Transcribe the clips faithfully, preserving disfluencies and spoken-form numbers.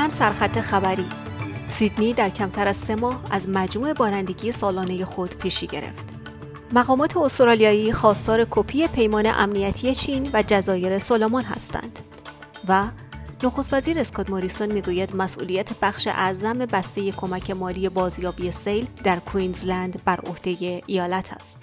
عنوان سرخط خبری: سیدنی در کمتر از سه ماه از مجموع بارندگی سالانه خود پیشی گرفت. مقامات استرالیایی خواستار کپی پیمان امنیتی چین و جزایر سولومون هستند و نخست وزیر اسکات موریسون میگوید مسئولیت بخش اعظم بسته کمک مالی بازیابی سیل در کوئینزلند بر عهده ایالت است.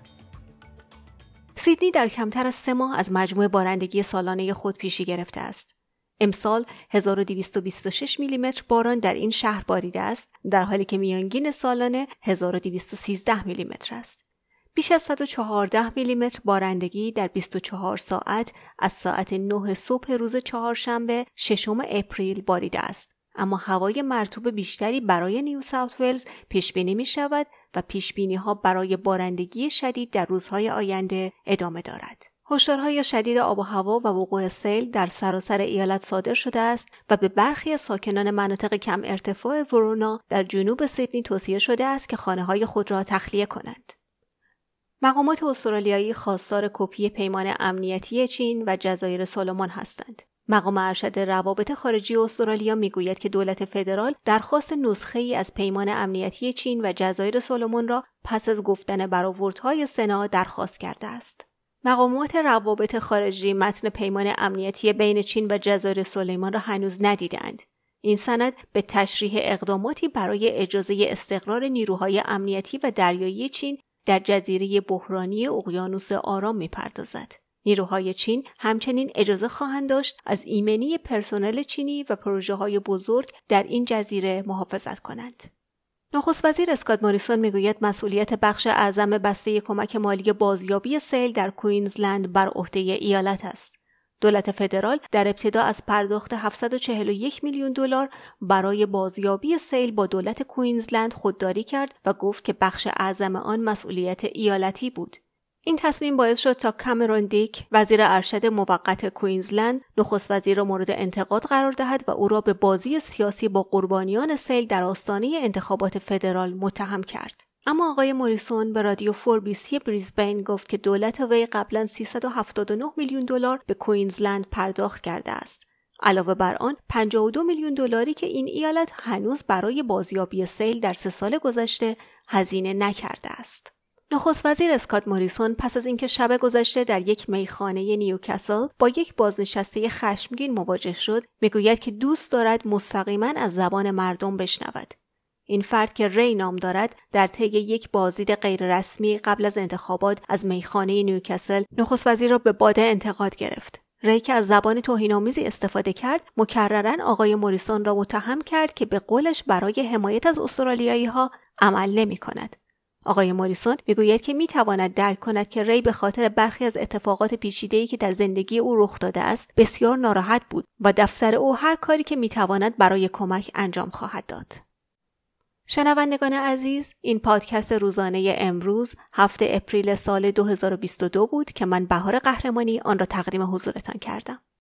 سیدنی در کمتر از سه ماه از مجموع بارندگی سالانه خود پیشی گرفته است. امسال هزار و دویست و بیست و شش میلیمتر باران در این شهر باریده است، در حالی که میانگین سالانه هزار و دویست و سیزده میلیمتر است. بیش از صد و چهارده میلیمتر بارندگی در بیست و چهار ساعت از ساعت نه صبح روز چهارشنبه ششم اپریل باریده است، اما هوای مرطوب بیشتری برای نیو ساوت ولز پیش بینی می شود و پیش بینی ها برای بارندگی شدید در روزهای آینده ادامه دارد. هشدارهای شدید آب و هوا و وقوع سیل در سراسر ایالت صادر شده است و به برخی از ساکنان مناطق کم ارتفاع ورونا در جنوب سیدنی توصیه شده است که خانه‌های خود را تخلیه کنند. مقامات استرالیایی خواستار کپی پیمان امنیتی چین و جزایر سولومون هستند. مقام ارشد روابط خارجی استرالیا میگوید که دولت فدرال درخواست نسخه‌ای از پیمان امنیتی چین و جزایر سولومون را پس از گفتن برآوردهای سنا درخواست کرده است. مقامات روابط خارجی متن پیمان امنیتی بین چین و جزایر سلیمان را هنوز ندیدند. این سند به تشریح اقداماتی برای اجازه استقرار نیروهای امنیتی و دریایی چین در جزیره بحرانی اقیانوس آرام می‌پردازد. نیروهای چین همچنین اجازه خواهند داشت از ایمنی پرسنل چینی و پروژه‌های بزرگ در این جزیره محافظت کنند. نخست وزیر اسکات موریسون میگوید مسئولیت بخش اعظم بسته کمک مالی بازیابی سیل در کوئینزلند بر عهده ایالت است. دولت فدرال در ابتدا از پرداخت هفتصد و چهل و یک میلیون دلار برای بازیابی سیل با دولت کوئینزلند خودداری کرد و گفت که بخش اعظم آن مسئولیت ایالتی بود. این تصمیم باعث شد تا کامرون دیک، وزیر ارشد موقت کوئینزلند، نخست وزیر را مورد انتقاد قرار دهد و او را به بازی سیاسی با قربانیان سیل در آستانه انتخابات فدرال متهم کرد. اما آقای موریسون به رادیو فور بی سی بریزبین گفت که دولت وی قبلا سیصد و هفتاد و نه میلیون دلار به کوئینزلند پرداخت کرده است. علاوه بر آن پنجاه و دو میلیون دلاری که این ایالت هنوز برای بازیابی سیل در سه سال گذشته هزینه نکرده است. نخست وزیر اسکات موریسون پس از اینکه شب گذشته در یک میخانه نیوکاسل با یک بازنشسته خشمگین مواجه شد، میگوید که دوست دارد مستقیما از زبان مردم بشنود. این فرد که ری نام دارد در طی یک بازدید غیررسمی قبل از انتخابات از میخانه نیوکاسل نخست وزیر را به باده انتقاد گرفت. ری که از زبان توهین‌آمیزی استفاده کرد، مکرراً آقای موریسون را متهم کرد که به قولش برای حمایت از استرالیایی‌ها عمل نمی‌کند. آقای موریسون میگوید که میتواند درک کند که ری به خاطر برخی از اتفاقات پیچیده‌ای که در زندگی او رخ داده است بسیار ناراحت بود و دفتر او هر کاری که میتواند برای کمک انجام خواهد داد. شنوندگان عزیز، این پادکست روزانه امروز هفته اپریل سال دو هزار و بیست و دو بود که من بهار قهرمانی آن را تقدیم حضورتان کردم.